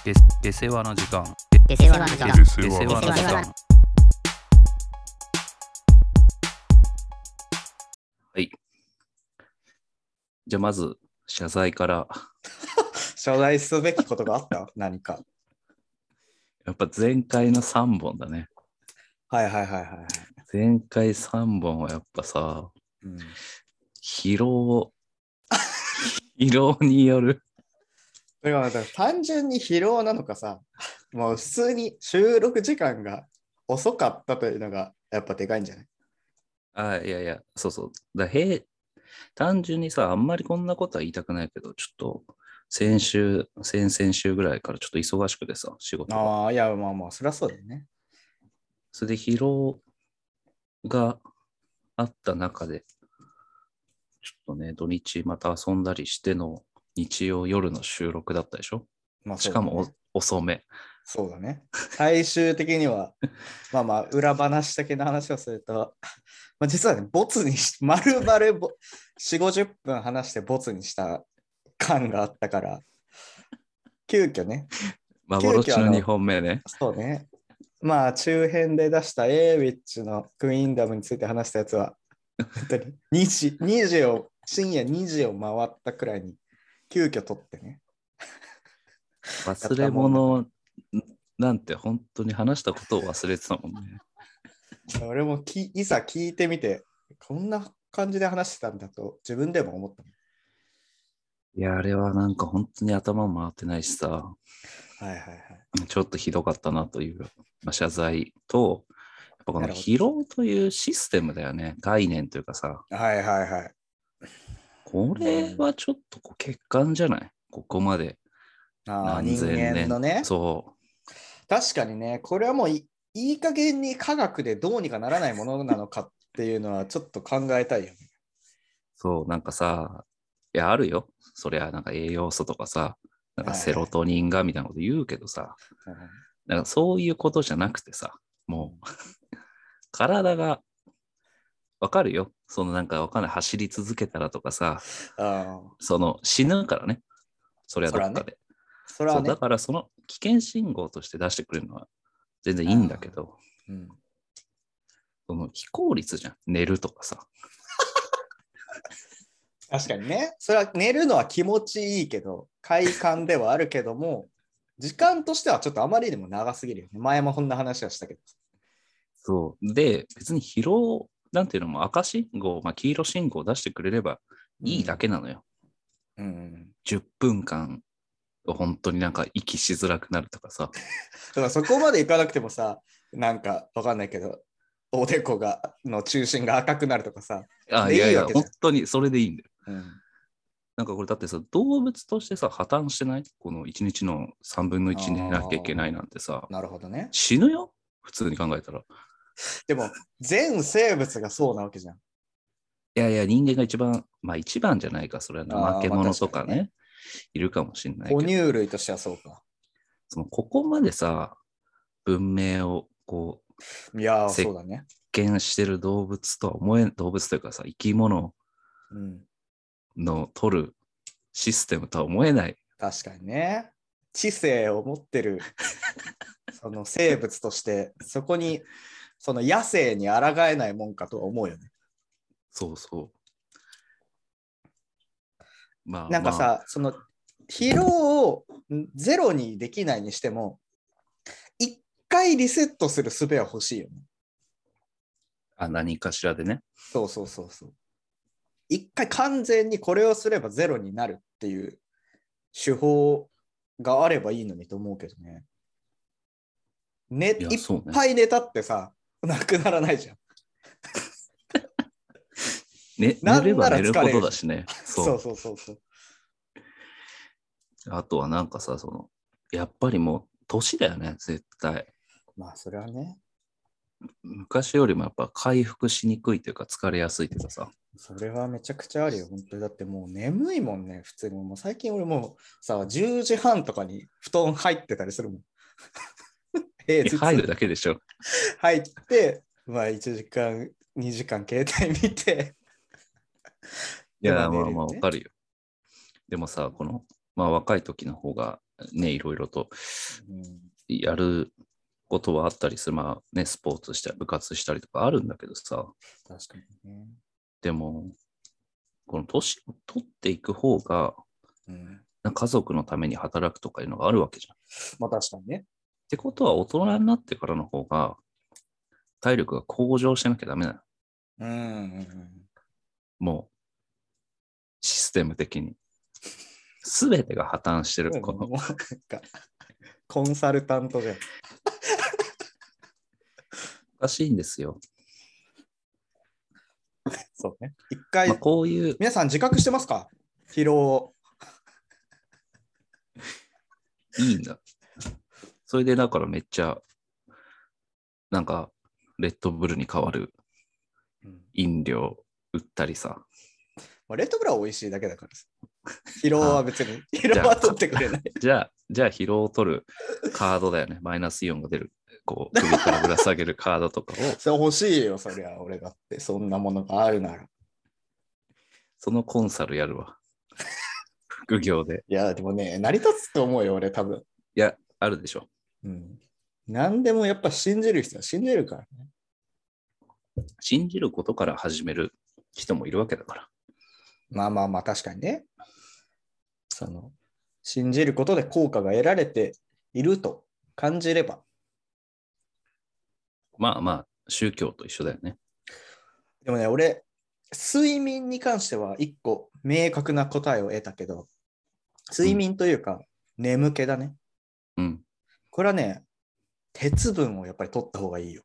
下世話の時間。 下世話の時間。 下世話の時間。はい。じゃあまず謝罪から。 謝罪すべきことがあった何か。 やっぱ前回の3本だね。 はいはいはいはい。 前回3本はやっぱさ、疲労による。 これは単純に疲労なのかさ、もう普通に収録時間が遅かったというのがやっぱでかいんじゃない？ いや、そうそう。単純にさ、あんまりこんなことは言いたくないけど、ちょっと先々週ぐらいからちょっと忙しくてさ、仕事が。 いや、まあ、そりゃそうだよね。 それで疲労があった中で、ちょっとね、土日また遊んだりしての日曜夜の収録だったでしょ？しかも遅め。 そうだね。最終的には、裏話的な話をすると、実はね、ボツに丸々4、50分話してボツにした感があったから、急遽ね。 幻の2本目ね。 そうね。中編で出したエーウィッチのクイーンダムについて話したやつは、本当に深夜2時を回ったくらいに急遽撮ってね。 忘れ物なんて本当に話したことを忘れてたもんね。 俺もいざ聞いてみて、こんな感じで話してたんだと自分でも思った。 いや、あれはなんか本当に頭も回ってないしさ、 はいはいはい。 ちょっとひどかったなという、謝罪と、やっぱこの疲労というシステムだよね、概念というかさ。 はいはいはい。 これはちょっと欠陥じゃない？ここまで。 人間のね。 そう。 確かにね、これはもういい加減に科学でどうにかならないものなのかっていうのはちょっと考えたいよね。 そう、なんかさ、いや、あるよ。そりゃ、なんか栄養素とかさ、なんかセロトニンがみたいなこと言うけどさ、なんかそういうことじゃなくてさ、もう、体が、わかるよ。そのなんかわかんない。走り続けたらとかさ、その死ぬからね。そりゃどっかで。そうだからその危険信号として出してくれるのは全然いいんだけど、その非効率じゃん。寝るとかさ。 確かにね。それは寝るのは気持ちいいけど、快感ではあるけども、時間としてはちょっとあまりにも長すぎるよね。前もこんな話はしたけど。 そう。で、別に疲労なんていうのも赤信号、黄色信号を出してくれればいいだけなのよ。10分間本当になんか息しづらくなるとかさ。 だからそこまでいかなくてもさ、なんかわかんないけど、おでこの中心が赤くなるとかさ。 いや、本当にそれでいいんだよ。なんかこれだってさ、動物としてさ、破綻してない？この1日の3分の1寝なきゃいけないなんてさ。 なるほどね。 死ぬよ？普通に考えたら。 でも、全生物がそうなわけじゃん。 いや、人間が一番じゃないか。それは怠け者とかね。いるかもしれないけど。 哺乳類としてはそうか。 ここまでさ、文明をそうだね。 席巻してる動物とは動物というかさ、生き物の取るシステムとは思えない。 確かにね。知性を持ってるその生物として、そこにその野生に抗えないもんかとは思うよね。 そうそう。 なんかさ、その疲労をゼロにできないにしても、一回リセットする術は欲しいよね。 何かしらでね。 そう。一回完全にこれをすればゼロになるっていう手法があればいいのにと思うけどね。いっぱい寝たってさ、なくならないじゃん。 寝れば寝ることだしね。 そう。 あとはなんかさ、やっぱりもう年だよね、絶対。 それはね。 昔よりもやっぱ回復しにくいというか疲れやすいというかさ。 それはめちゃくちゃあるよ、本当に。だってもう眠いもんね、普通に。もう最近俺もさ、10時半とかに布団入ってたりするもん。 入るだけでしょ。 入って、1時間、2時間携帯見て。 いや、わかるよ。でもさ、若い時の方がね、いろいろとうんやることはあったりする。まあね、スポーツしたり、部活したりとかあるんだけどさ、 確かにね。 でも、この年を取っていく方が、 うん、 家族のために働くとかいうのがあるわけじゃん。っまあ確かにね。 てことは、大人になってからの方が、体力が向上しなきゃダメなの。 うんうんうんもう、システム的に。すべてが破綻してる。 もうなんかコンサルタントじゃん。 おかしいんですよ。 そうね。一回、 まあ、こういう、 皆さん自覚してますか？疲労。 いいんだ。それでだからめっちゃ、レッドブルに代わる飲料売ったりさ。 まあ、レッドブルは美味しいだけだからさ。疲労は別に、疲じゃあ労は取ってくれない。 じゃあ疲労を取るカードだよね。マイナスイオンが出る。こう、首からぶら下げるカードとかを、 それ欲しいよ、そりゃ、俺だって。そんなものがあるなら。 そのコンサルやるわ。副業で。 いや、でもね、成り立つと思うよ、俺、多分。 いや、あるでしょ。 うん。何でもやっぱ信じる人は信じるからね。 信じることから始める人もいるわけだから。 まあまあまあ、確かにね。その、信じることで効果が得られていると感じれば。 まあまあ、宗教と一緒だよね。 でもね、俺、睡眠に関しては一個明確な答えを得たけど、睡眠というか、眠気だね。 うん。 これはね、鉄分をやっぱり取った方がいいよ。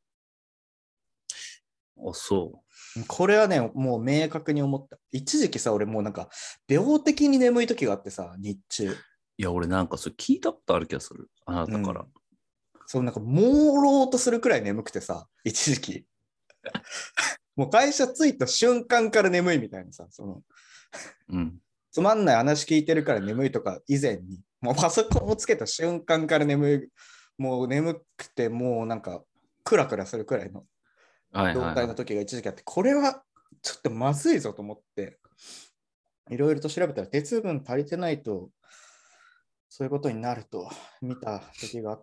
あ、そこれはね、もう明確に思った。一時期さ、俺もうなんか、病的に眠い時があってさ、日中。 う。いや、俺それ聞いたことある気がする。あなたから。 そう、なんか、朦朧とするくらい眠くてさ、一時期。もう会社着いた瞬間から眠いみたいなさ、 うん。 つまんない話聞いてるから眠いとか以前に、もうパソコンをつけた瞬間から眠い、もう眠くて、もうなんか、クラクラするくらいの状はいはいはい。 態の時が一時期あって、これはちょっとまずいぞと思って、いろいろと調べたら鉄分足りてないと、そういうことになると見た時があって、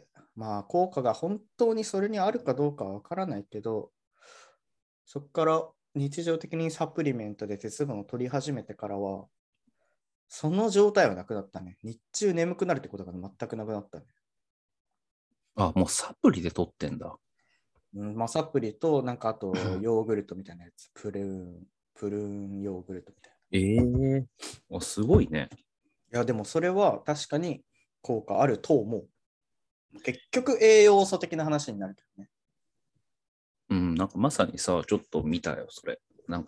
まあ効果が本当にそれにあるかどうかはわからないけど、そこから日常的にサプリメントで鉄分を取り始めてからは、その状態はなくなったね。日中眠くなるってことが全くなくなったね。 あ、もうサプリで取ってんだ。 まあ、サプリと、なんかあとヨーグルトみたいなやつ、プルーンヨーグルトみたいな。 すごいね。 いや、でもそれは確かに効果あると思う。結局栄養素的な話になるけどね。 うん、まさにさ、ちょっと見たよ、それ。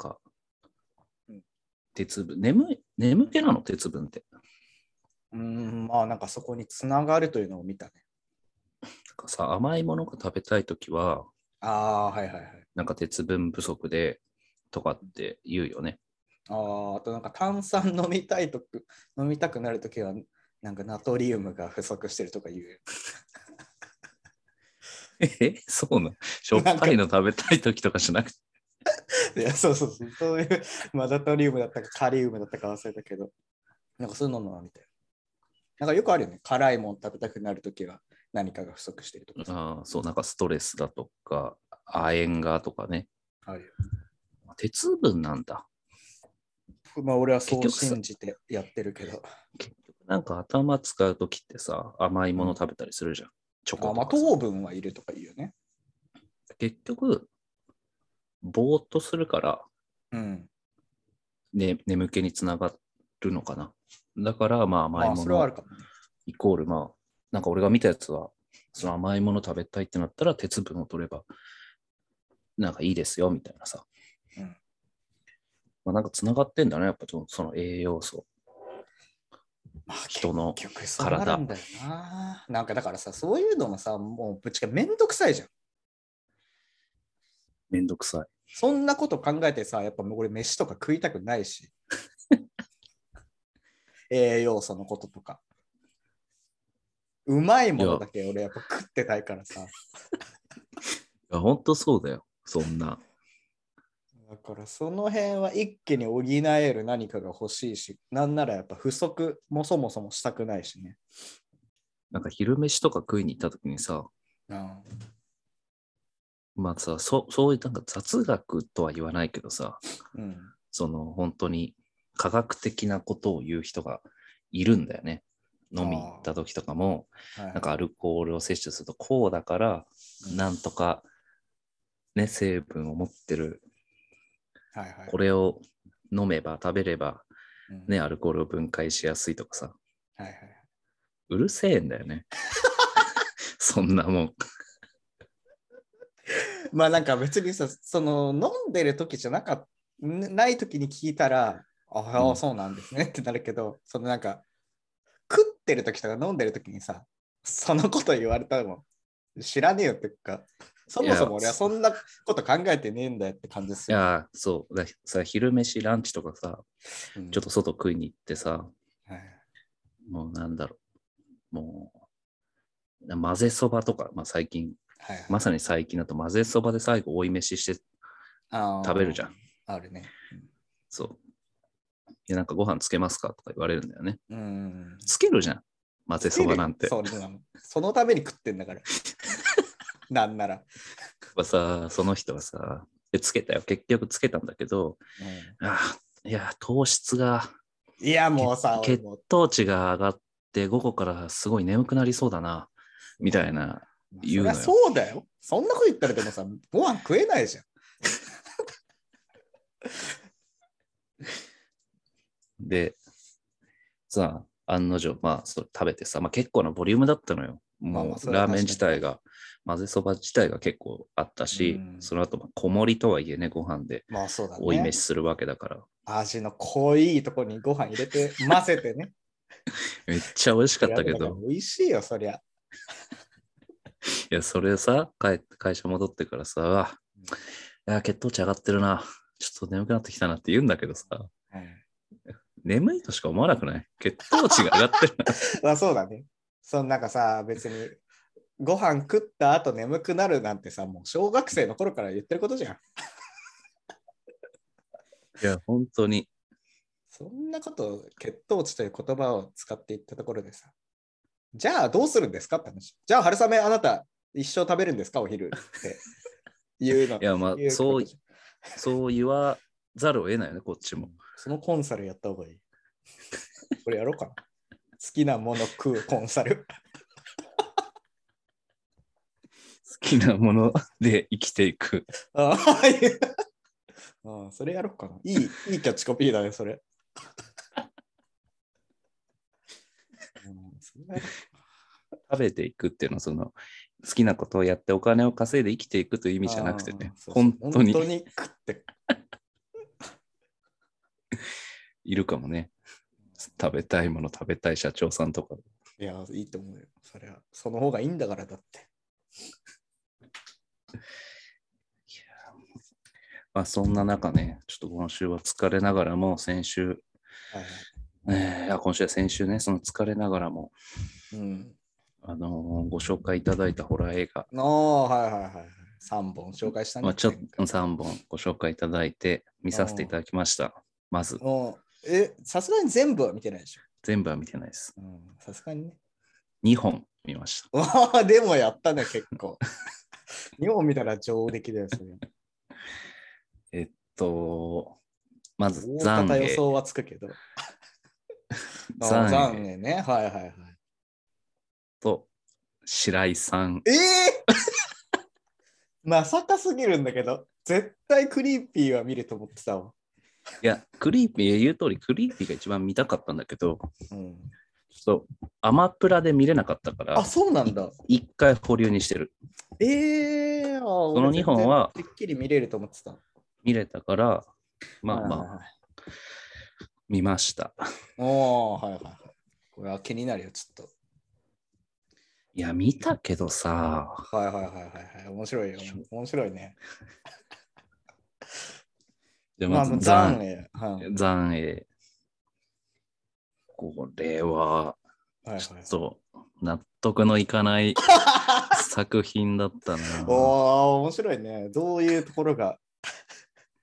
鉄分。眠気なの、鉄分って。 まあなんかそこにつながるというのを見たね。 さ、甘いものが食べたいときは、 ああー、はいはいはい。 鉄分不足でとかって言うよね。 あとなんか炭酸飲みたくなるときは、なんかナトリウムが不足してるとか言うよ。 そうなの。しょっぱいの食べたいときとかじゃなくて。 いや、そうそうそう。そういう、まあ、ナトリウムだったかカリウムだったか忘れたけど、なんかそういうのみたいな。なんかよくあるよね。辛いもの食べたくなるときは何かが不足してるとか。 そう、ストレスだとか、亜鉛がとかね。 あるよ。 鉄分なんだ。 まあ俺はそう結局さ、 信じてやってるけど。 結局頭使うときってさ、甘いもの食べたりするじゃん。チョコまあとかさ。 糖分はいるとか言うよね。 結局、ぼーっとするから、 うん。 眠気につながるのかな。だから、まあ甘いまあものそれはあるかもね。 イコール、俺が見たやつは、その甘いもの食べたいってなったら鉄分を取れば、いいですよ、みたいなさ。つながってんだね、やっぱその栄養素。 まあ人の結局そうなるんだよな。なんかだからさ、そういうのもさ、もうぶっちゃけめんどくさいじゃん。 めんどくさい。 そんなこと考えてさ、やっぱもう俺飯とか食いたくないし。栄養素のこととか。うまいものだけ俺やっぱ食ってたいからさ。 いや、ほんとそうだよ。そんな。 だからその辺は一気に補える何かが欲しいし、なんならやっぱ不足もそもそもしたくないしね。 なんか昼飯とか食いに行った時にさ、 うん、 まあさ、そういうなんか雑学とは言わないけどさ、 うん、 その本当に科学的なことを言う人がいるんだよね。飲み行った時とかも、 はいはい、 なんかアルコールを摂取するとこうだから、なんとかね、成分を持ってる、 はいはい、 これを飲めば食べれば、 うんね、アルコールを分解しやすいとかさ、 はいはい、 うるせえんだよね。そんなもん。 まあなんか別にさ、その飲んでる時じゃない時に聞いたら、ああ、そうなんですねってなるけど、そのなんか食ってる時とか飲んでる時にさ、そのこと言われたらも知らねえよっていうか、そもそも俺はそんなこと考えてねえんだよって感じですよ。 いや、そうださ、昼飯、ランチとかさ、 うん、 ちょっと外食いに行ってさ、 はい、 もうなんだろう、もう、混ぜそばとか、まあ最近、 はいはい、 まさに最近だと混ぜそばで最後追い飯して食べるじゃん。 あるね。 そう。いや、なんかご飯つけますかとか言われるんだよね。 うん。 つけるじゃん。混ぜそばなんて。 そのために食ってんだから。なんなら。 さ、その人はさ、でつけたよ。結局つけたんだけど、いや、糖質が、 いや、もうさ、 血糖値が上がって午後からすごい眠くなりそうだな、みたいな言うのよ。 そりゃそうだよ。そんなこと言ったらでもさ、ご飯食えないじゃん。 で、さ、案の定、まあ、それ食べてさ、まあ結構なボリュームだったのよ。もう、ラーメン自体が、混ぜそば自体が結構あったし、その後、小盛りとはいえね、ご飯で、 まあそうだね。 追い飯するわけだから。 味の濃いとこにご飯入れて、混ぜてね。 めっちゃ美味しかったけど。 美味しいよ、そりゃ。 いや、それさ、会社戻ってからさ、いや、血糖値上がってるな。ちょっと眠くなってきたなって言うんだけどさ、眠いとしか思わなくない？血糖値が上がってるな。 まあそうだね。なんかさ、別にご飯食った後眠くなるなんてさ、もう小学生の頃から言ってることじゃん。 いや、本当に。 そんなこと血糖値という言葉を使っていったところでさ、じゃあどうするんですかって話。じゃあ春雨あなた一生食べるんですかお昼って言うの。 いや、まあ、そう言わざるを得ないよね、こっちも。 そのコンサルやった方がいい。これやろうかな。好きなもの食うコンサル。 好きなもので生きていく。 ああ、それやろうかな。いいキャッチコピーだね、それ。 食べていくっていうのは、その好きなことをやってお金を稼いで生きていくという意味じゃなくてね、本当に食っているかもね。食べたいもの食べたい社長さんとか。 いや、いいと思うよ。その方がいいんだからだって。 まあそんな中ね、ちょっと今週は疲れながらも、先週、今週は先週ね、その疲れながらも、ご紹介いただいたホラー映画。 はいはいはい。3本紹介したね。 ちょっと3本ご紹介いただいて、見させていただきました。まず。 さすがに全部は見てないでしょ。 全部は見てないです。 さすがにね。 2本見ました。 でもやったね、結構。2本見たら上出来だよ、それ。 まず、 残影。予想はつくけど。残影ね。はいはいはい。 と、白井さん。 まさかすぎるんだけど、絶対クリーピーは見ると思ってたわ。 いや、クリーピー、言う通り、クリーピーが一番見たかったんだけど、ちょっとアマプラで見れなかったから、 あ、そうなんだ。 一回保留にしてる。 その2本は、 てっきり見れると思ってた。 見れたから、まあ、見ました。 はいはい。これは気になるよ、ちょっと。 いや、見たけどさ。 はいはいはい。面白いよ。面白いね。 で、まず、残影。これは、ちょっと納得のいかない作品だったな。 面白いね。どういうところが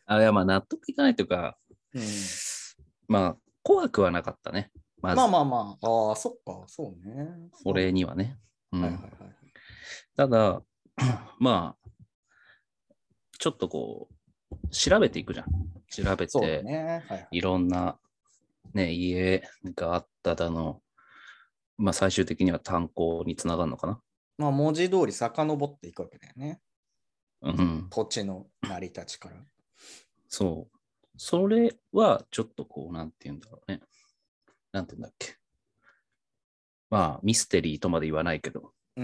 あ、いや、まあ納得いかないというか、 うん、 まあ怖くはなかったね。まず、 まあまあまあ、ああ、そっか、そうね。そう俺にはね。うん。 はいはいはい。 ただ、まあ、ちょっとこう、調べていくじゃん。調べそうだて、 ね。はいはい。 いろんな、ね、家があっただの、まあ最終的には炭鉱につながるのかな。 まあ、文字通り遡っていくわけだよね。そのうん。 土地の成り立ちから。 そう。それは、ちょっとこう、なんて言うんだろうね。なんて言うんだっけ。まあ、ミステリーとまで言わないけど、 うん。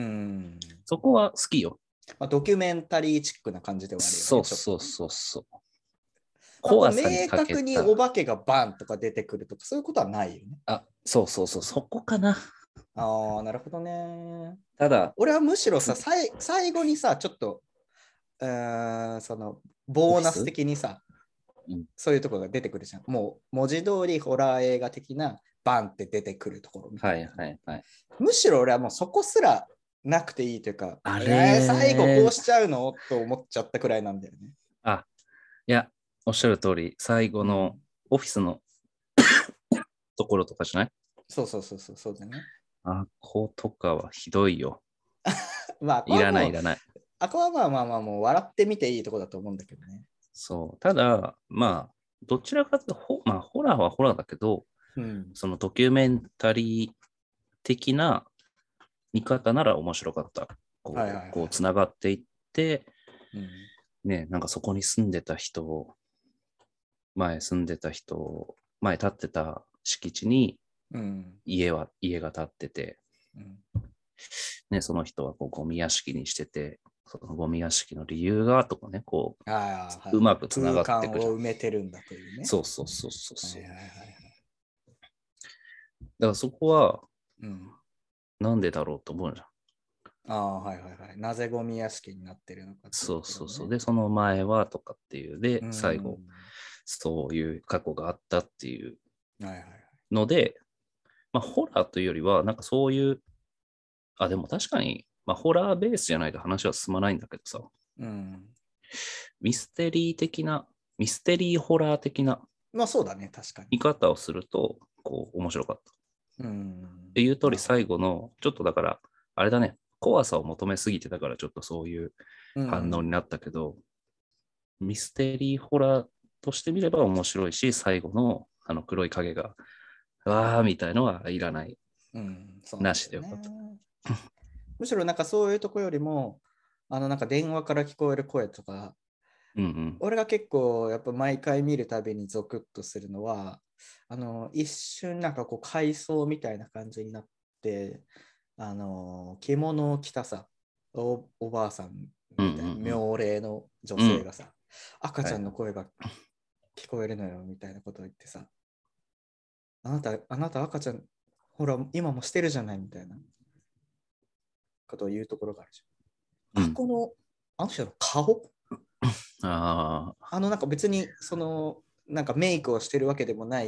そこは好きよ。 まあ、ドキュメンタリーチックな感じではあるよね、 そうちょっとね。 そうそうそう。 まあ、こう怖さにかけ明確におた。 化けがバンとか出てくるとか、そういうことはないよね。 あ、そうそうそう、そこかな。 ああ、なるほどね。 ただ、 俺はむしろさ、最後にさ、ちょっと、その、ボーナスオフィス、 的にさ、 うん、 そういうところが出てくるじゃん。もう文字通りホラー映画的なバンって出てくるところみたはいいな。 はいはい。 むしろ俺はもうそこすらなくていいというか、 あ最後こうれ、 しちゃうのと思っちゃったくらいなんだよね。 あ、いや、おっしゃる通り、最後のうん。 オフィスのところとかじゃない？ そうそうそうそう、そうだね。 あことかはひどいよ。 まあ、 いらないいらない。 あこはまあまあまあ、もう笑ってみていいとこだと思うんだけどね。 そう。ただ、まあ、どちらかというと、まあ、ホラーはホラーだけど、 うん。 そのドキュメンタリー的な見方なら面白かった。 はいはいはい。 こう、つながっていって、 うん。 ね、なんかそこに住んでた人、前住んでた人、前建ってた敷地にうん。 家が建ってて、 うん。 ね、その人はこうゴミ屋敷にしてて、そのゴミ屋敷の理由がとかね、こああ、はう、うい。 まくつな空がっていくじゃん。 間を埋めてるんだというね。 そうそうそうそうそう。 はいはいはいはい。 だからそこは、 うん。 なんでだろうと思うじゃん。 ああ、はいはいはい。なぜゴミ屋敷になってるのかっていうそうところをね。 そうそう。で、その前はとかっていう、で、 う最後、 ん。 そういう過去があったっていうはいはいはい。 ので、まあ、ホラーというよりは、なんかそういう、あ、でも確かに、まあ、ホラーベースじゃないと話は進まないんだけどさ、 うん。 ミステリー的な、ミステリーホラー的なまあそうだね、確かに。 見方をすると、こう、面白かった。っうん。 ていう通り、 なるほど。 最後の、ちょっとだから、あれだね、怖さを求めすぎてたから、ちょっとそういううん。 反応になったけど、ミステリーホラーとして見れば面白いし、最後のあの黒い影が、わーみたいのはいらない。 うん、そうななんだよね。 しでよかった。 むしろなんかそういうとこよりも、なんか電話から聞こえる声とか、 うんうん。 俺が結構やっぱ毎回見るたびにゾクッとするのは、一瞬なんかこう回想みたいな感じになって、着物を着たさ、おばあさんうんうみたいな、 ん妙齢の女うん。うん。 性がさ、赤ちゃんはい。 の声が聞こえるのよみたいなことを言ってさ、あなた赤ちゃん、ほら、今もしてるじゃないみたいなことを言うところがあるじゃん。 うん。 あの人の顔ああ、 なんか別に、なんかメイクをしてるわけでもない、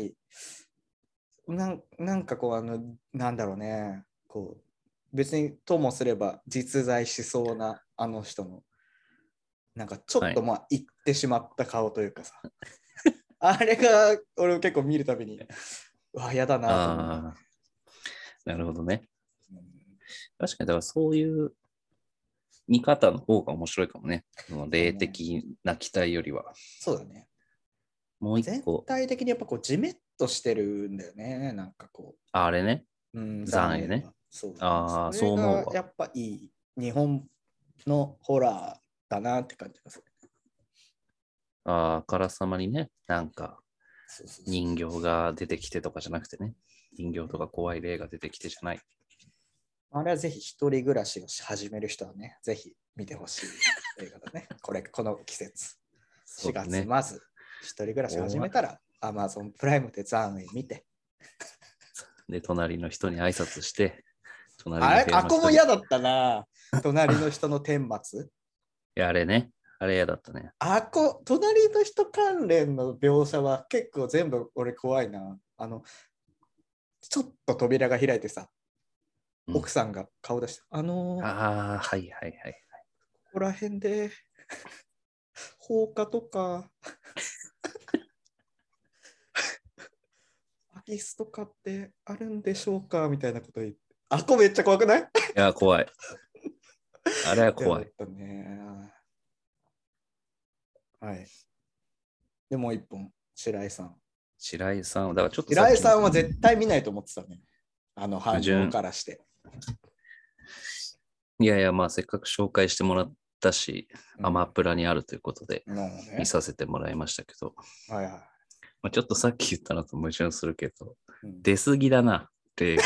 なんかこう、なんだろうね、こう、別にともすれば実在しそうなあの人の、なんかちょはい。 っとまあ言ってしまった顔というかさ、あれが俺結構見るたびに、うわ、嫌だなと思うんだよね。 ああ、なるほどね。 うん、 確かに、だからそういう見方の方が面白いかもね。その霊そうね。 的な期待よりは。 そうだね。 もう一全個、 体的にやっぱこう、ジメッとしてるんだよね。なんかこあれね、 う、うん、残残影ね。 影が。そうだね。 ああ、 それそう思うわ。 がやっぱいい日本のホラーだなって感じがする。 ああ、からさまにね、なんかそうそうそう人形そう。 が出てきてとかじゃなくてね、人形とか怖い霊が出てきてじゃない。 あれはぜひ一人暮らしをし始める人はね、ぜひ見てほしい映画だね。この季節。4月、 そうだね。 まず一人暮らし始めたら Amazon プライムで残影見て。 で、隣の人に挨拶して、隣のあれ、あこ部屋の人に、いも嫌だったな。隣の人の顛末。 や、あれね、あれ嫌だったね。 隣の人関連の描写は結構全部俺怖いな。ちょっと扉が開いてさ、 うん。 奥さんが顔出して、 ああ、はいはいはい。 ここら辺で放火とか、空き巣とかってあるんでしょうかみたいなこと言って。あこめっちゃ怖くない？ いや、怖い。あれは怖い。 だったね。はい。で、もう一本、白井さん。 白井さんは、だからちょっとさっきの白井さんは絶対見ないと思ってたね。あの反応からして。 いやいや、まあせっかく紹介してもらったし、アマプラにあるということで見させてもらいましたけど、 はいはい。 まあ、ちょっとさっき言ったのと矛盾するけど、 うん、 出過ぎだな、例が。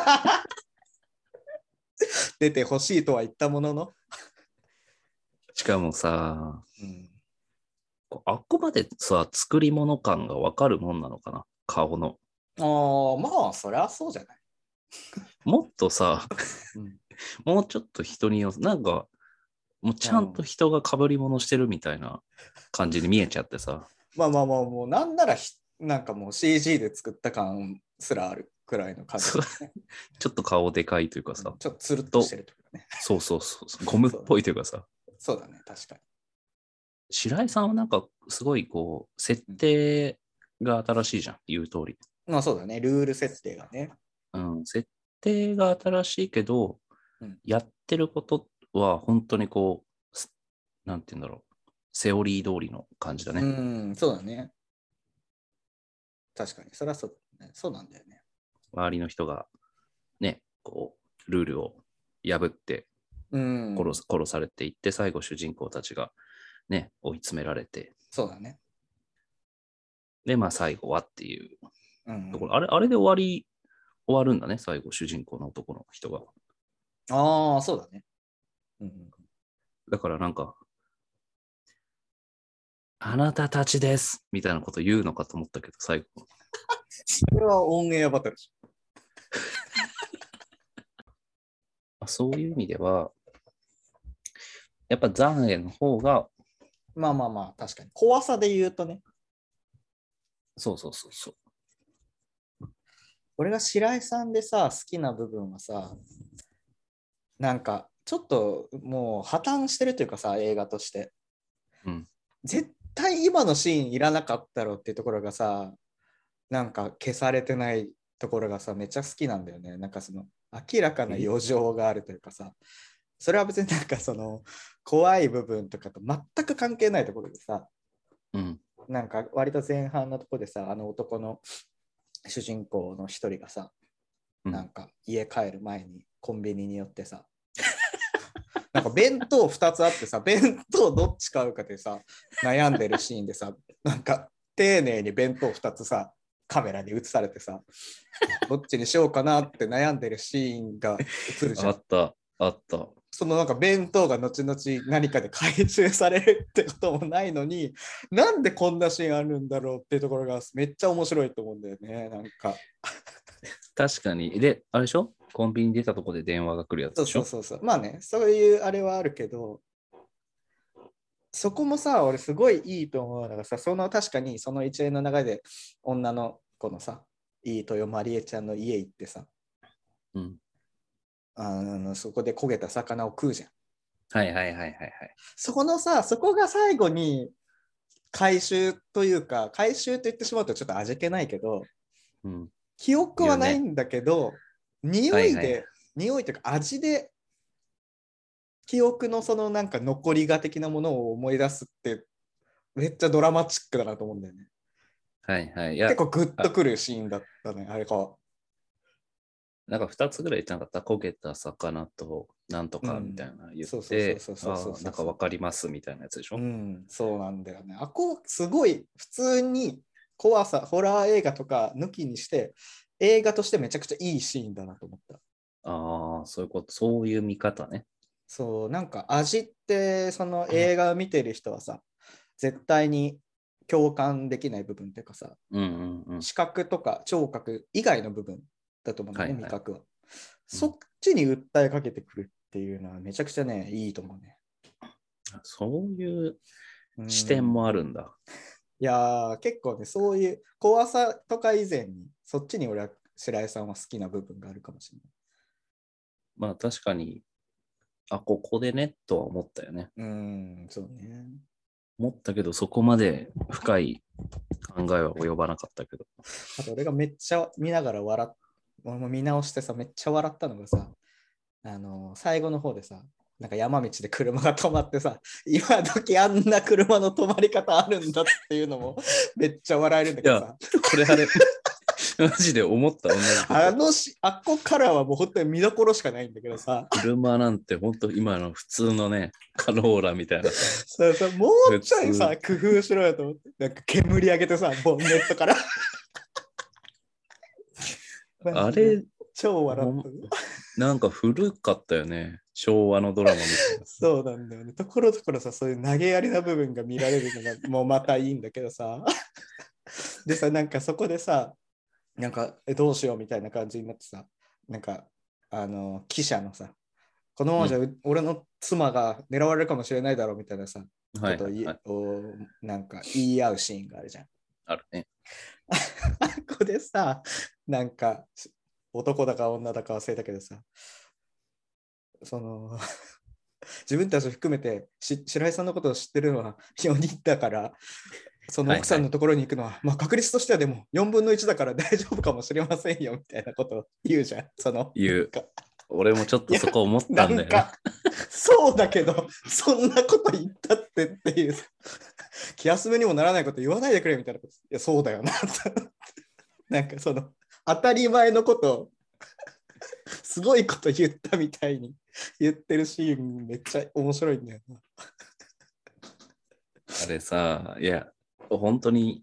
出てほしいとは言ったものの。 しかもさ、 うん、 あっこまでさ、作り物感がわかるもんなのかな、顔の。 まあ、そりゃそうじゃない。 もっとさ、 うん、 もうちょっと人になんか、もうちゃんと人が被り物してるみたいな感じに見えちゃってさ。 まあまあまあ、もうなんならなんかもう CG で作った感すらあるくらいの感じ、ね、 ちょっと顔でかいというかさ、 ちょっとつるっとしてるというかね。 そうそうそう、ゴムっぽいというかさ。 そうだね、確かに。 白井さんはなんかすごいこう、設定が新しいじゃん、言う通り。 まあそうだね、ルール設定がね。 うん、設定が新しいけど、 うん、 やってることは本当にこう、なんて言うんだろう、セオリー通りの感じだね。 うん、そうだね。確かに、そりゃそうだね。そうなんだよね。 周りの人がね、こう、ルールを破ってうん、 殺されていって、最後主人公たちがね、追い詰められて、 そうだね。 で、まあ最後はっていううん、 ところ、あれで終わるんだね、最後、主人公の男の人が。 ああ、そうだね。うん、 だからなんか、あなたたちですみたいなこと言うのかと思ったけど、最後。 それはオンエアバトル。 そういう意味では、やっぱ残影の方が、 まあまあまあ、確かに。怖さで言うとね。 そうそうそうそう。 俺が白井さんでさ、好きな部分はさ、なんか、ちょっともう破綻してるというかさ、映画として。 うん。 絶対今のシーンいらなかったろっていうところがさ、なんか消されてないところがさ、めっちゃ好きなんだよね。なんかその明らかな余剰があるというかさ、それは別になんかその怖い部分とかと全く関係ないところでさ、 うん。 なんか割と前半のところでさ、あの男の主人公の一人がさ、 うん、 なんか家帰る前にコンビニに寄ってさ、なんか弁当2つあってさ、弁当どっち買うかでさ、悩んでるシーンでさ、なんか丁寧に弁当2つさ、カメラに映されてさ、どっちにしようかなって悩んでるシーンが映るじゃん。 あった、あった。 そのなんか弁当が後々何かで回収されるってこともないのに、なんでこんなシーンあるんだろうっていうところがめっちゃ面白いと思うんだよね。なんか。 確かに。で、あれでしょ、コンビニ出たとこで電話が来るやつそうでしょ。 そうそうそう。まあね、そういうあれはあるけど、そこもさ、俺すごいいいと思うのがさ、その確かにその一連の流れで女の子のさ、いい豊まりえちゃんの家行ってさ、 うん。 そこで焦げた魚を食うじゃん。 はいはいはいはいはい。 そこのさ、そこが最後に回収というか、回収と言ってしまうとちょっと味気ないけど、 うん。 記憶はない言うね。 んだけど、匂いで、 はいはいはい。 匂いというか味で記憶のそのなんか残りが的なものを思い出すってめっちゃドラマチックだなと思うんだよね。 はいはい。いや、 結構グッとくるシーンだったね、あれか。 なんか2つぐらい言ってなかった。焦げた魚となんとかみたうん。 いな言っそうそうそうて、 そうそうそうああ、なんかわかりますみたいなやつでしょ。 うん、そうなんだよね。すごい普通に怖さ、ホラー映画とか抜きにして、映画としてめちゃくちゃいいシーンだなと思った。 ああ、そういうこと、そういう見方ね。 そう、なんか味ってその映画を見てる人はさ、絶対に共感できない部分っていうかさ、 うんうんうん。 視覚とか聴覚以外の部分だと思うんだよね、 はいはい。 味覚は。 うん、 そっちに訴えかけてくるっていうのはめちゃくちゃね、いいと思うね。 そういうう視点ん。 もあるんだ。 いやー、結構ね、そういう怖さとか以前に、そっちに俺は白井さんは好きな部分があるかもしれまあ確かに、ここでね、とは思ったよね。 ない。そうね。 思ったけど、そこまで深い考えは及ばなかったけど。 あと俺がめっちゃ見ながら俺も見直してさ、めっちゃ笑ったのがさ、最後の方でさ、なんか山道で車が止まってさ、今時あんな車の止まり方あるんだっていうのもめっちゃ笑えるんだけどさ。 これあれ、マジで思った、同じこと。 あっこからはもう本当に見どころしかないんだけどさ。 車なんて本当今の普通のね、カローラみたいなさ。 そうそう、もうちょいさ、工夫しろよと思って。なんか煙上げてさ、ボンネットから。 あれ、 超笑った。 なんか古かったよね。昭和のドラマみたいな。 そうなんだよね。ところどころさ、そういう投げやりな部分が見られるのがもうまたいいんだけどさ。でさ、なんかそこでさ、なんかどうしようみたいな感じになってさ、なんか記者のさ、このままじゃ俺の妻が狙われるかもしれないだろうみたいなさ、 はいことをなんか言い合うシーンがあるじゃん。 あるね。 ここでさ、なんか男だか女だか忘れたけどさ、その自分たち含めて白井さんのことを知ってるのは4人だから、その奥さんのところに行くのは、まあ確率としてはでも4分の1だから大丈夫かもしれませんよみたいなことを言うじゃん。 言う。俺もちょっとそこ思ったんだよね。 なんかそうだけど、そんなこと言ったっていう、気休めにもならないこと言わないでくれみたいなこと。いや、そうだよな。なんか当たり前のことを、すごいこと言ったみたいに言ってるシーンめっちゃ面白いんだよな。 あれさ、いや、本当に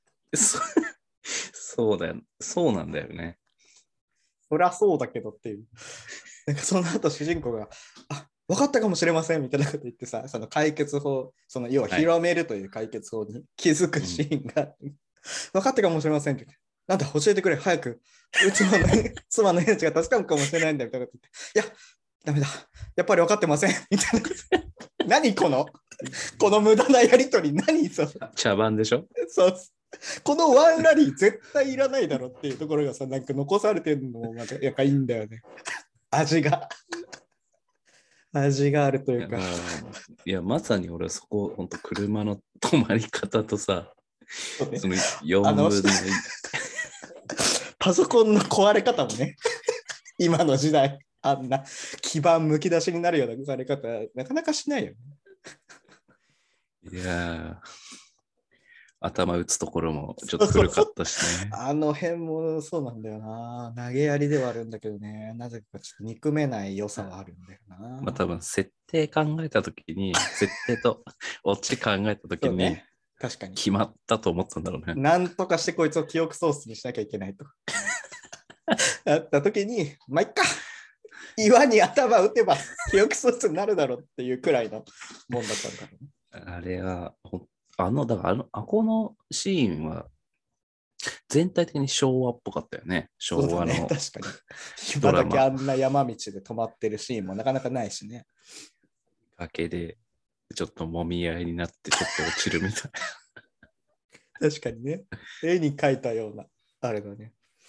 そうだよ。そうなんだよね。 そりゃそうだけどっていう。なんかその後主人公が、分かったかもしれませんみたいなこと言ってさ、その解決法、要は広めるという解決法に気づくシーンが、分かったかもしれませんって言って、なんだ教えてくれ、早く、妻の命が助かるかもしれないんだみたいなこと言って、いや、ダメだ、やっぱり分かってませんみたいな。何この無駄なやりとり、何茶番でしょ。 そうこのワンラリー絶対いらないだろっていうところがさ、なんか残されてるのもまたやっぱいいんだよね。味があるというか。 いや、まさに俺そこ、本当車の止まり方とさ、その4分の1。 パソコンの壊れ方もね、今の時代、あんな基板むき出しになるような壊れ方、なかなかしないよね。 いや頭打つところもちょっと古かったしね。 あの辺もそうなんだよな。投げやりではあるんだけどね、なぜかちょっと憎めない良さはあるんだよな。 まあ多分設定考えたときに、設定とオチ考えたときに、 確かに決まったと思ったんだろうね。 なんとかしてこいつを記憶喪失にしなきゃいけないと。あったときに、まあ、いっか。岩に頭打てば記憶喪失になるだろうっていうくらいのもんだったんだろうね。 あれは、だからこのシーンは全体的に昭和っぽかったよね。昭和の、ね。 確かに。今だけあんな山道で止まってるシーンもなかなかないしね。 崖でちょっともみ合いになってちょっと落ちるみたいな。確かにね。絵に描いたような、あれだね。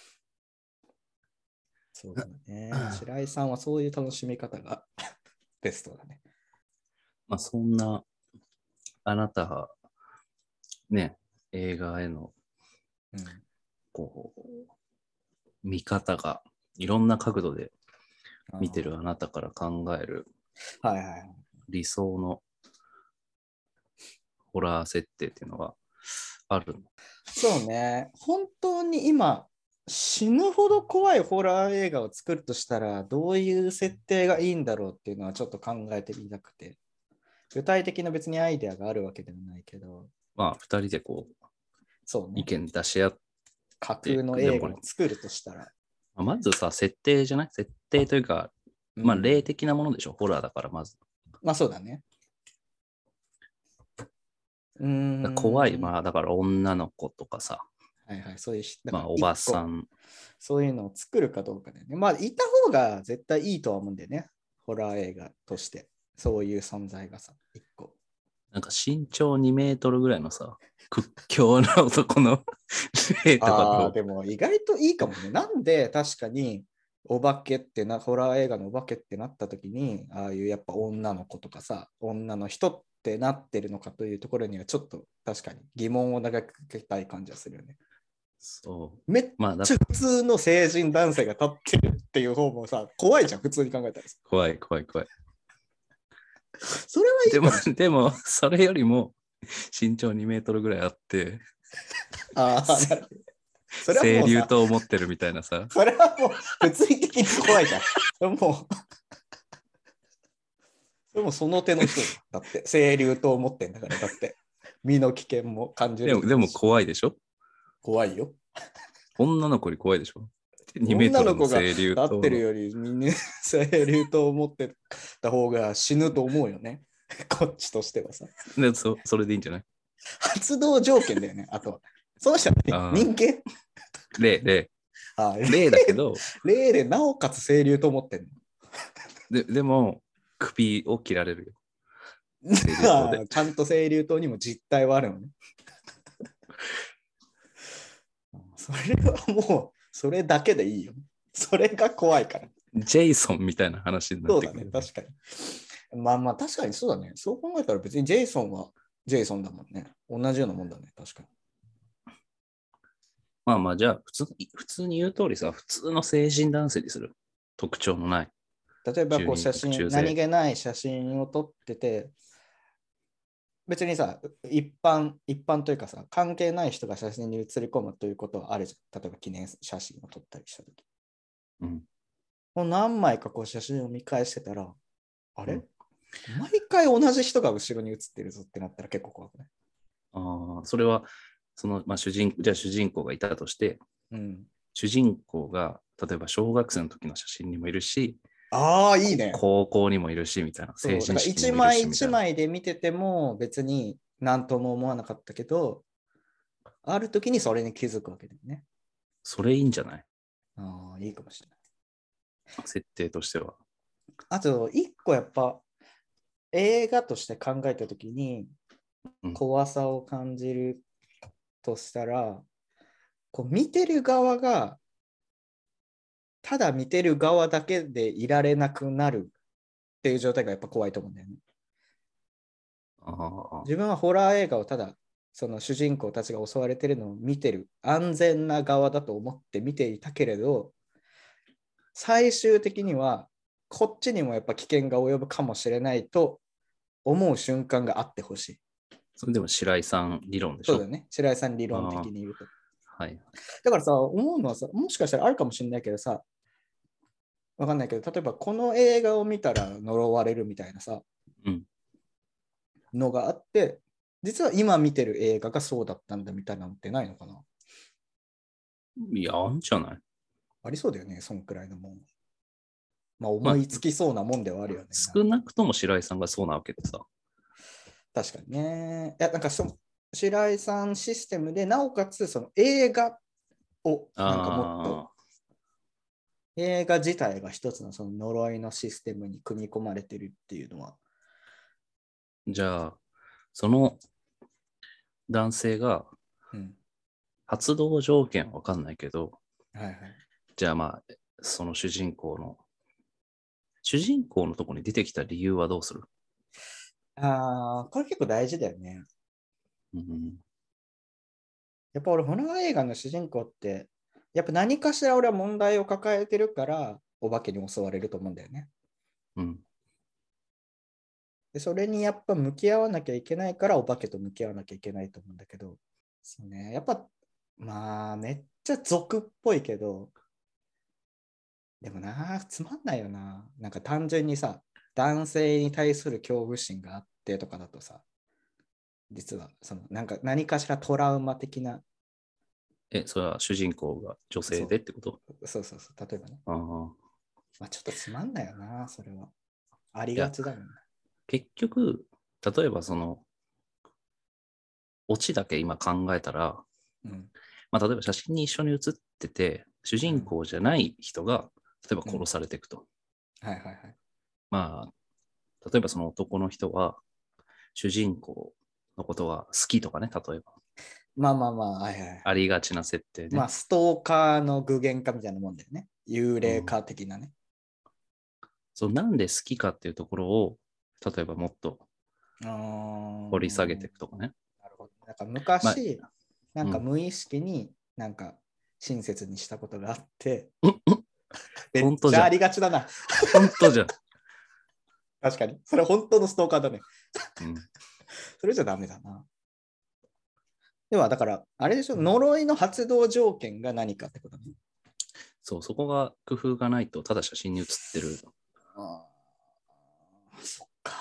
そうだね。白井さんはそういう楽しみ方がベストだね。 まあそんな、あなたは、ね、映画への、こう、見方がいろんな角度で見てるあなたから考える、理想のホラー設定っていうのがあるの？ そうね。本当に今、死ぬほど怖いホラー映画を作るとしたら、どういう設定がいいんだろうっていうのはちょっと考えてみたくて。具体的な別にアイデアがあるわけではないけど。 まあ、二人でこう、 そうね、 意見出し合って。 架空の映画を作るとしたら。 まずさ、設定じゃない？設定というか、まあ、霊的なものでしょ、ホラーだから、まず。 まあ、そうだね。 怖い、まあ、だから女の子とかさ。 そういうまあ、おばさん。 そういうのを作るかどうかでね。まあ、いた方が絶対いいとは思うんだよね。ホラー映画として。そういう存在がさ、一個。 なんか身長2メートルぐらいのさ、屈強な男の霊とかでも意外といいかもね。なんで確かにお化けってホラー映画のお化けってなった時に、ああいうやっぱ女の子とかさ、女の人っってなってるのかというところにはちょっと確かに疑問を投げかけたい感じはするよね。 そう。 めっまあ、 ちゃ普通の成人男性が立ってるっていう方もさ、怖いじゃん、普通に考えたらさ。 怖い。 それはいいかもしれない。 でも、それよりも身長2メートルぐらいあって、 ああ、なるほど。それは清流もうさ、 と思ってるみたいなさ。 それはもう物理的に怖いじゃん。その手の人だって、清流と思ってんだから、だって、身の危険も感じる。 でも怖いでしょ？ 怖いよ。 女の子より怖いでしょ？ 2 メートルの女の子が清流と立ってるよりみんな清流と思ってた方が死ぬと思うよね。こっちとしてはさ。 でそれでいいんじゃない？ 発動条件だよね。あとは。そうじゃない。人間例あだけど、 例でなおかつ清流と思ってんの。 でも首を切られるよ。 ちゃんと清流島にも実態はあるのね。それはもう、それだけでいいよ。それが怖いから。 ジェイソンみたいな話になってくる。 そうだね、確かに。まあまあ、確かにそうだね。そう考えたら別にジェイソンはジェイソンだもんね。同じようなもんだね、確かに。 まあまあ、じゃあ普通に言う通りさ、普通の成人男性にする。特徴のない。 例えばこう写真、 中何気ない写真を撮ってて、別にさ、一般というかさ、関係ない人が写真に写り込むということはあるじゃん。例えば記念写真を撮ったりしたとき。 うん。 もう何枚かこう写真を見返してたら、あれ、 うん毎回同じ人が後ろに写ってるぞってなったら結構怖くない？ ああ、それは、まあ、主人公がいたとして、 うん。 主人公が、例えば小学生の時の写真にもいるし、 ああ、いいね。 高校にもいるし、みたいな。成人式に一もいるし、みたいな。 枚一枚で見てても別に何とも思わなかったけど、ある時にそれに気づくわけだよね。 それいいんじゃない？ ああ、いいかもしれない。 設定としては。 あと、一個やっぱ映画として考えた時に怖さを感じるとしたら、こう見てる側がただ見てる側だけでいられなくなるっていう状態がやっぱ怖いと思うんだよね。自分はホラー映画をただその主人公たちが襲われてるのを見てる安全な側だと思って見ていたけれど、最終的にはこっちにもやっぱ危険が及ぶかもしれないと思う瞬間があってほしい。 それでも白井さん理論でしょ？ そうだね。白井さん理論的に言うと。 はい。 だからさ、思うのはさ、もしかしたらあるかもしれないけどさ、わかんないけど、例えばこの映画を見たら呪われるみたいなさ、のがあって、実は今見てる映画がそうだったんだみたいなのってないのかな？ いや、あんじゃない？ ありそうだよね、そんくらいのもん。まあ思いつきそうなもんではあるよね。 少なくとも白井さんがそうなわけでさ。 確かにね。いや、なんか白井さんシステムで、なおかつその映画をなんかもっと映画自体が一つのその呪いのシステムに組み込まれてるっていうのは。 じゃあ、その男性が発動条件はわかんないけど、 はいはい、 じゃあまあ、その主人公のところに出てきた理由はどうする？ これ結構大事だよね。やっぱ俺、ホラー映画の主人公って、やっぱ何かしら俺は問題を抱えてるから、お化けに襲われると思うんだよね。でそれにやっぱ向き合わなきゃいけないから、お化けと向き合わなきゃいけないと思うんだけど、そうね、やっぱ、まあ、めっちゃ俗っぽいけど、でもな、つまんないよな。なんか単純にさ、男性に対する恐怖心があってとかだとさ、実はなんか何かしらトラウマ的な。 それは主人公が女性でってこと？ そう、例えばね。まあちょっとつまんないよな、それは。ありがちだもんね。 結局、例えばオチだけ今考えたら、まあ、例えば写真に一緒に写ってて、主人公じゃない人が、例えば殺されていくと。まあ、例えばその男の人は、主人公のことが好きとかね、例えば。 まあ、 ありがちな設定ね。 まあ、ストーカーの具現化みたいなもんだよね。幽霊化的なね。 なんで好きかっていうところを、例えばもっと掘り下げていくとかね。 なるほど。なんか昔、 まなんか無意識になんか親切にしたことがあって、めっ本当じゃんちゃありがちだな。 本当じゃん。 確かに。それ本当のストーカーだね。 うん、 それじゃダメだな。では、だから、あれでしょ、呪いの発動条件が何かってことね。 そう、そこが工夫がないと、ただ写真に写ってる。 そっか。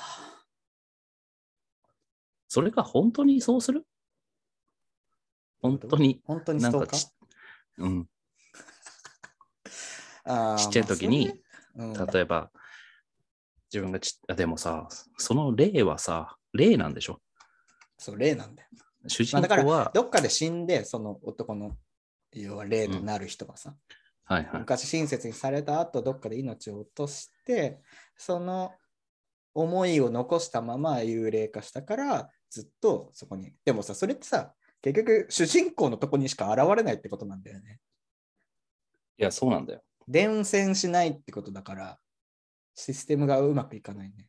それが本当にそうする本当に、 本当になんかストーカーうん。 あちっちゃい時に、例えば、自分がでもさ、その例はさ、例なんでしょ？ そう、例なんだよ。 主人だから、 公は、 どっかで死んで、その男の、要は例となる人はさ、 はいはい。 昔親切にされた後、どっかで命を落として、その思いを残したまま幽霊化したから、ずっとそこに。でもさ、それってさ、結局、主人公のとこにしか現れないってことなんだよね。 いや、そうなんだよ。 伝染しないってことだから、システムがうまくいかないね。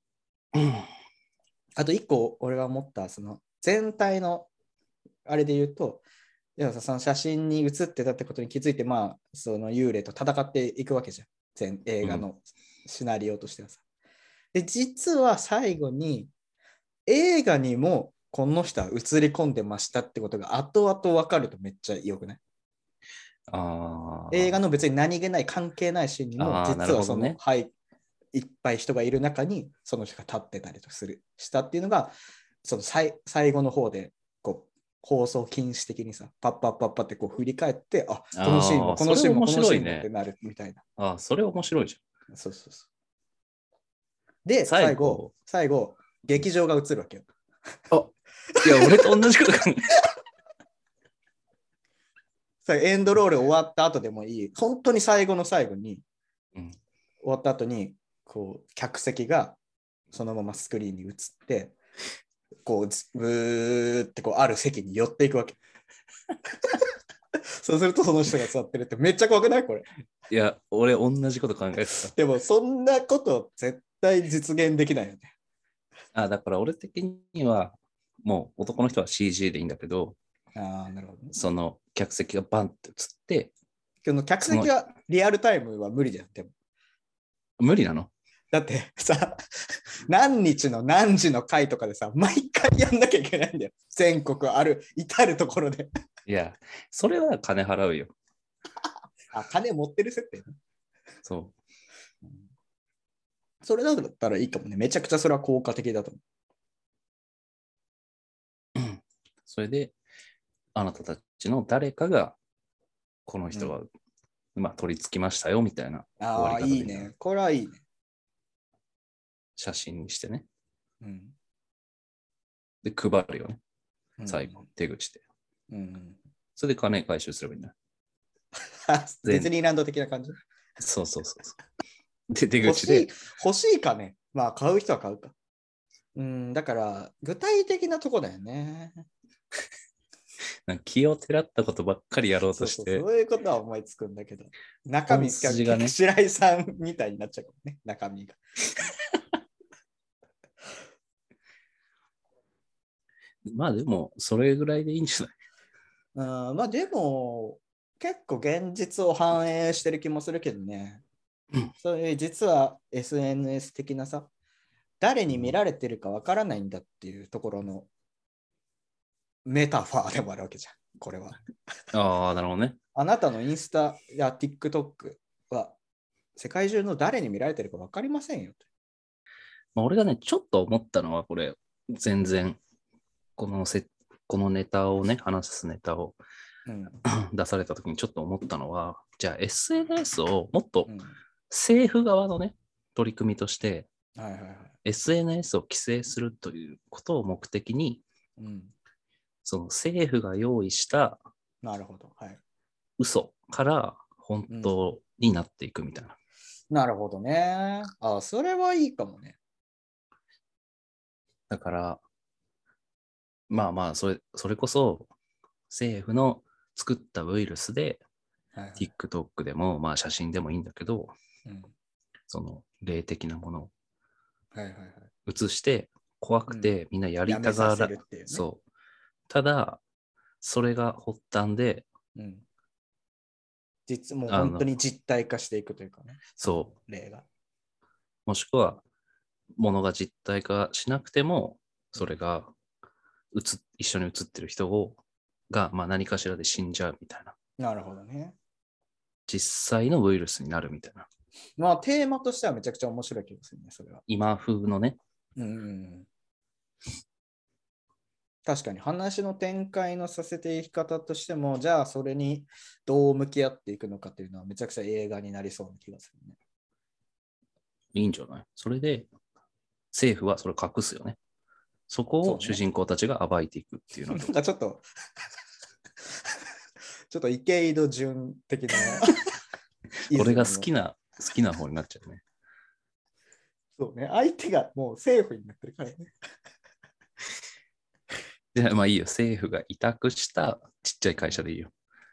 あと一個俺が思ったその全体のあれで言うと、でもさ、その写真に写ってたってことに気づいて、まあその幽霊と戦っていくわけじゃん、全映画のシナリオとしてはさ。で実は最後に映画にもこの人は映り込んでましたってことが後々分かるとめっちゃ良くない？映画の別に何気ない関係ないシーンにも実はその、はい、いっぱい人がいる中にその人が立ってたりとしたっていうのがその最後の方でこう放送禁止的にさパッパッパッパってこう振り返ってこのシーンもこのシーンもこのシーンもってなるみたいな。 それ面白いじゃん。そうそうそう。で最後劇場が映るわけよ。 いや俺と同じこと考えエンドロール終わった後でもいい、本当に最後の最後に、終わった後にこう客席がそのままスクリーンに映ってこうブーってこうある席に寄っていくわけ。そうするとその人が座ってるってめっちゃ怖くないこれ？ いや俺同じこと考えてた。 でもそんなこと絶対実現できないよね。 だから俺的にはもう男の人は CG でいいんだけど、 なるほど、ね、 その客席がバンって映って客席はリアルタイムは無理じゃん。でも無理なの？ だってさ何日の何時の回とかでさ毎回やんなきゃいけないんだよ、全国ある至るところで。 いやそれは金払うよ。 金持ってる設定ね。 そう、 それだったらいいかもね。めちゃくちゃそれは効果的だと思う。それであなたたちの誰かがこの人は、取り付きましたよみたいな終わり方でいいね。 これはいいね。 写真にしてね。で配るよね。最後、手口で。それで金回収すればいいんだ。 ディズニーランド的な感じ。 そう。で、出口で。 欲しいかね。まあ、買う人は買うか。だから、具体的なとこだよね。 気をてらったことばっかりやろうとして。 そういうことは思いつくんだけど、中身がね、 白井さんみたいになっちゃうかもね、中身が。 まあでも、それぐらいでいいんじゃない？ まあでも、結構現実を反映してる気もするけどね。そういう実は SNS 的なさ、誰に見られてるかわからないんだっていうところのメタファーでもあるわけじゃん、これは。 なるほどね。 あなたのインスタや TikTok は世界中の誰に見られてるか分かりませんよ。 俺がね、ちょっと思ったのは、これ、全然、このネタをね、話すネタを、出されたときにちょっと思ったのは、じゃあ SNS をもっと政府側のね、取り組みとして、SNS を規制するということを目的に、その政府が用意した嘘から本当になっていくみたいな。 なるほどね。それはいいかもね。 だから、まあ、それこそ政府の作ったウイルスで、TikTok でも、まあ写真でもいいんだけど、その霊的なものを映して、 怖くてみんなやりたがやめさせら、 るっていうね。 そう。ただ、それが発端で、 うん。もうあの、 本当に実体化していくというかね。 そう。 例が。 もしくは、ものが実体化しなくても、それが一緒に写ってる人が、まあ、何かしらで死んじゃうみたいな。 なるほどね。 実際のウイルスになるみたいな。 まあテーマとしてはめちゃくちゃ面白い気がするね、それは。 今風のね。 うん。確かに話の展開のさせていき方としても、じゃあそれにどう向き合っていくのかっていうのはめちゃくちゃ映画になりそうな気がするね。 いいんじゃない？それで、政府はそれを隠すよね。そこを主人公たちが暴いていくっていうのはなんかちょっとちょっと池井戸潤的なこれが好きな方になっちゃうね。 そうね、相手がもう政府になってるからね。 じゃあまあいいよ。政府が委託したちっちゃい会社でいいよ。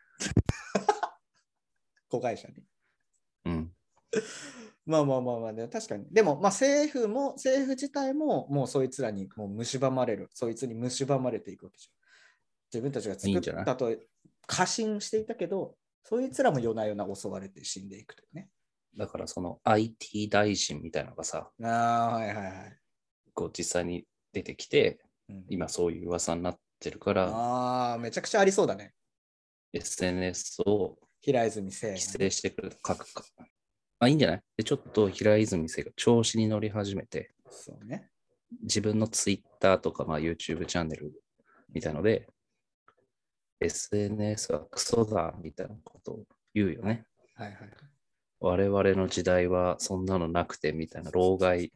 子会社に。 うん。 まあまあまあまあね、確かに。でも、まあ政府自体ももうそいつらにもう蝕まれる、そいつに蝕まれていくわけじゃん。自分たちが作っいいんじゃない？ たと過信していたけど、そいつらも夜な夜な襲われて死んでいくというね。 だからその IT 大臣みたいなのがさ、 ああ、はいはいはい。 こう実際に出てきて、 うん、 今そういう噂になってるから、 ああ、めちゃくちゃありそうだね。 SNS を平泉聖規が、ね。 制してくる書くか。あ、いいんじゃない？で、ちょっと平泉聖が調子に乗り始めて、 そうね。 自分の Twitter とか、まあ、YouTube チャンネルみたいので、SNS はクソだみたいなことを言うよね。 はいはいはい。 我々の時代はそんなのなくてみたいな老害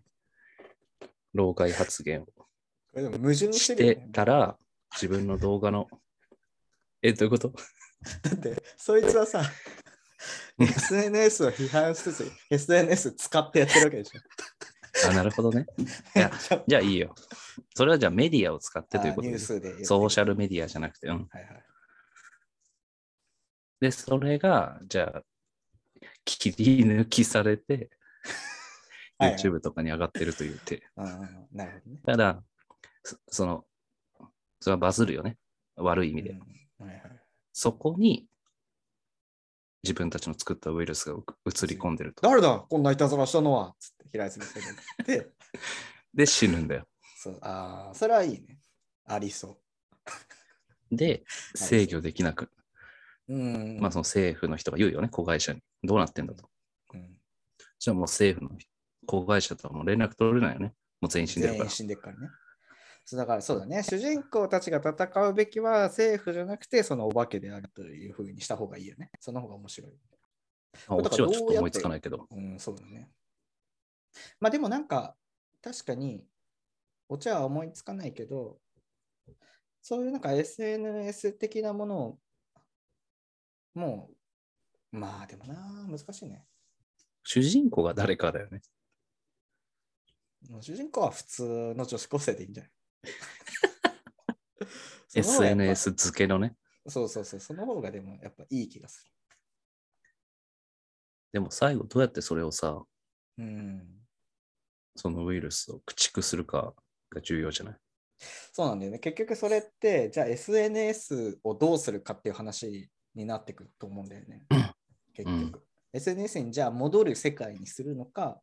発言をこれでも矛盾ししててるよね。 たら、自分の動画の、どういうこと？ だって、そいつはさ、SNS を批判しつつ、SNS 使ってやってるわけでしょ。 あ、なるほどね。いや、じゃあいいよ。それはじゃあメディアを使ってということで、 ニュースで言ってるソーシャルメディアじゃなくて、うん。 はいはい。 で、それが、じゃあ、切り抜きされて、 はいはい YouTube とかに上がってるという手。 なるほどね。 ただ、その、それはバズるよね。悪い意味で。 はいはい、 そこに、自分たちの作ったウイルスが映り込んでると。 誰だこんないたずらしたのはつって平泉聖が言って。 で、死ぬんだよ。 そう、それはいいね。ありそう。 で、制御できなく。まあ、その政府の人が言うよね、子会社に。どうなってんだと。じゃあもう政府の子会社とはもう連絡取れないよね。もう全員死んでるから。 全員死んでるからね。だからそうだね、主人公たちが戦うべきは政府じゃなくて、そのお化けであるというふうにした方がいいよね。その方が面白い。 オチはちょっと思いつかないけど。 そうだね。まあでもなんか、確かに、オチは思いつかないけど、そういうなんか SNS 的なものを、もう、まあでもな、難しいね。 主人公が誰かだよね。 主人公は普通の女子高生でいいんじゃない？ SNS 付けのね。 そう、その方がでもやっぱいい気がする。 でも最後どうやってそれをさ、 うんそのウイルスを駆逐するかが重要じゃない？ そうなんだよね。結局それって、じゃあ SNS をどうするかっていう話になってくると思うんだよね。結局。SNS にじゃあ戻る世界にするのか、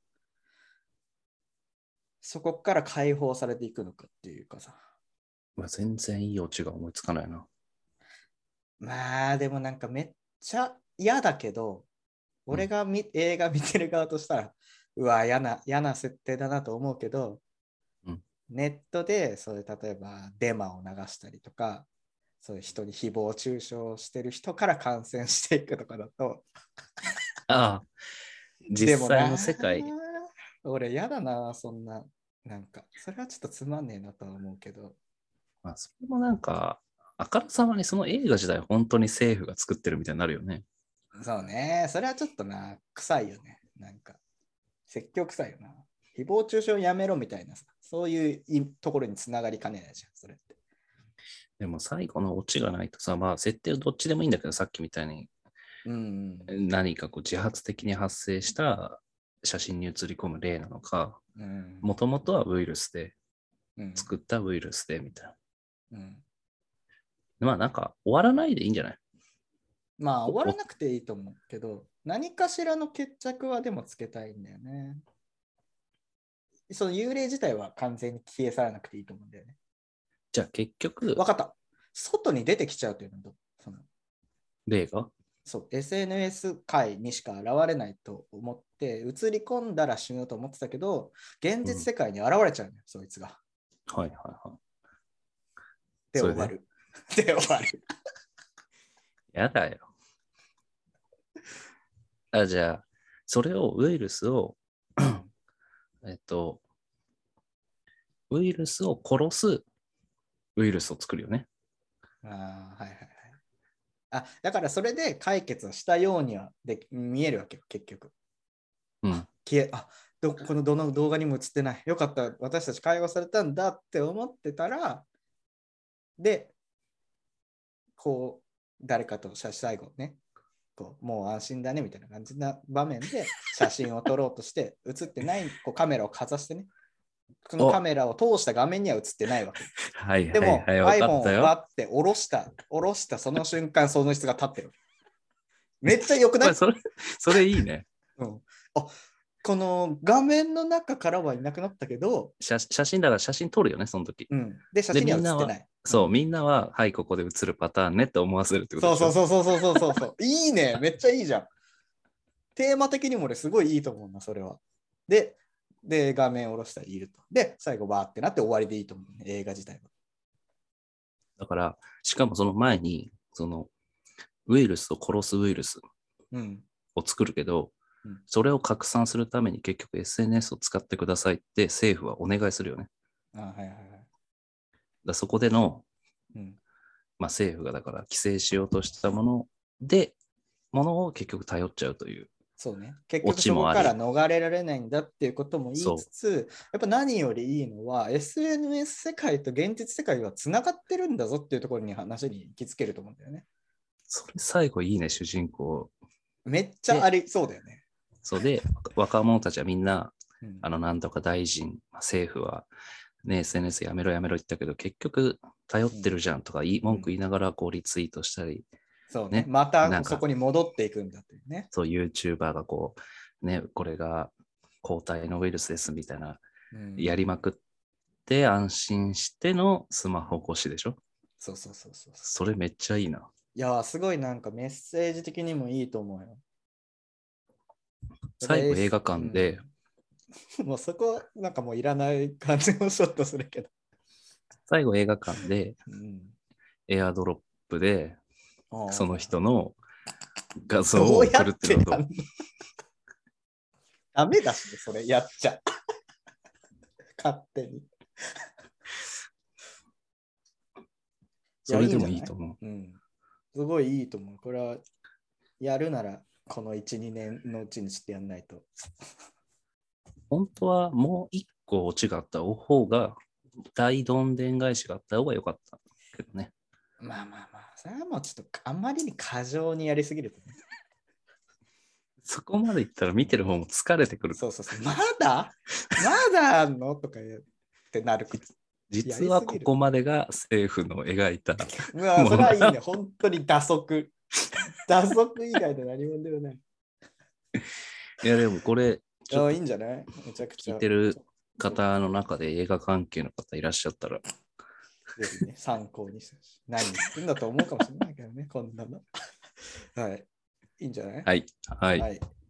そこから解放されていくのかっていうかさ。 まあ、全然いいオチが思いつかないな。 まあでもなんかめっちゃ嫌だけど、俺が映画見てる側としたら、うわ、嫌な設定だなと思うけど、ネットでそういう例えばデマを流したりとか、そういう人に誹謗中傷してる人から感染していくとかだと、 ああ、実際の世界。 俺嫌だな、そんな。なんか、それはちょっとつまんねえなとは思うけど。 まあ、それもなんか、あからさまにその映画自体本当に政府が作ってるみたいになるよね。 そうね、それはちょっとな、臭いよね。なんか、説教臭いよな。誹謗中傷やめろみたいなさ、そういうところにつながりかねないじゃん、それって。 でも最後のオチがないとさ、まあ設定どっちでもいいんだけど、さっきみたいに何かこう自発的に発生した写真に写り込む例なのか、もともとはウイルスで作ったウイルスでみたいな。 うん。 まあなんか終わらないでいいんじゃない？ まあ終わらなくていいと思うけど、何かしらの決着はでもつけたいんだよね。その幽霊自体は完全に消え去らなくていいと思うんだよね。 じゃあ結局、 分かった。外に出てきちゃうというのと、 例がそう、SNS 界にしか現れないと思って、映り込んだら死ぬと思ってたけど、現実世界に現れちゃうのよ、そいつが。 はいはいはい。 で終わる。で終わる。 やだよ。じゃあ、それを、ウイルスを、ウイルスを殺すウイルスを作るよね。 はいはいはい。だからそれで解決をしたようには見えるわけよ、結局。 うん。 このどの動画にも映ってない。よかった、私たち解放されたんだって思ってたら、で、こう、誰かと最後ね、もう安心だねみたいな感じな場面で写真を撮ろうとして映ってないカメラをかざしてね、そのカメラを通した画面には映ってないわけ。 はいはいはい、 でも iPhone をバっって下ろしたその瞬間その人が立ってる。めっちゃ良くない？ それいいね。 この画面の中からはいなくなったけど、 写真だから写真撮るよね、その時。 で、写真には映ってない。 そう、みんなは、はい、ここで映るパターンねって思わせるってことでしょ。 そう。いいね、めっちゃいいじゃん。テーマ的にも俺すごいいいと思うな、それは。で、画面を下ろしたらいると。で、最後バーってなって終わりでいいと思うね、映画自体は。 だから、しかもその前に、ウイルスを殺すウイルスを作るけど、それを拡散するために結局 SNS を使ってくださいって政府はお願いするよね。だそこでの、政府がだから規制しようとしたものを結局頼っちゃうという。 そうね。結局そこから逃れられないんだっていうことも言いつつ、やっぱ何よりいいのは SNS 世界と現実世界はつながってるんだぞっていうところに話に行きつけると思うんだよね。 それ最後いいね、主人公。 めっちゃありそうだよね。 そうで、若者たちはみんな、なんとか大臣、政府は、ね、SNS やめろ言ったけど、結局頼ってるじゃんとか文句言いながらリツイートしたり、 そうね。またそこに戻っていくんだっていうね。 そう、YouTuber がこれが抗体のウイルスですみたいな、やりまくって安心してのスマホ越しでしょ。 そう。 それめっちゃいいな。 いや、すごいなんかメッセージ的にもいいと思うよ。 最後映画館で、 もうそこなんかもういらない感じもちょっとするけど。 最後映画館で、エアドロップで、その人の画像を送るってこと。 ダメだしね、それやっちゃ。勝手に。 それでもいいと思う。 すごいいいと思う。これはやるならこの1、2年のうちにしてやんないと。 本当はもう一個違った方が、大どんでん返しがあった方が良かったけどね。 まあ。それはもうちょっとあまりに過剰にやりすぎるとね。 そこまでいったら見てる方も疲れてくる。 そう。まだあんのとかってなる。 実はここまでが政府の描いた。 それはいいね。本当に打足。打足以外で何もではない。 いやでもこれ、 いいんじゃない？めちゃくちゃ。 聞いてる方の中で映画関係の方いらっしゃったら。 ぜひね、参考にしてほしい。何言ってんだと思うかもしれないけどね、こんなの。はい。いいんじゃない？ はい。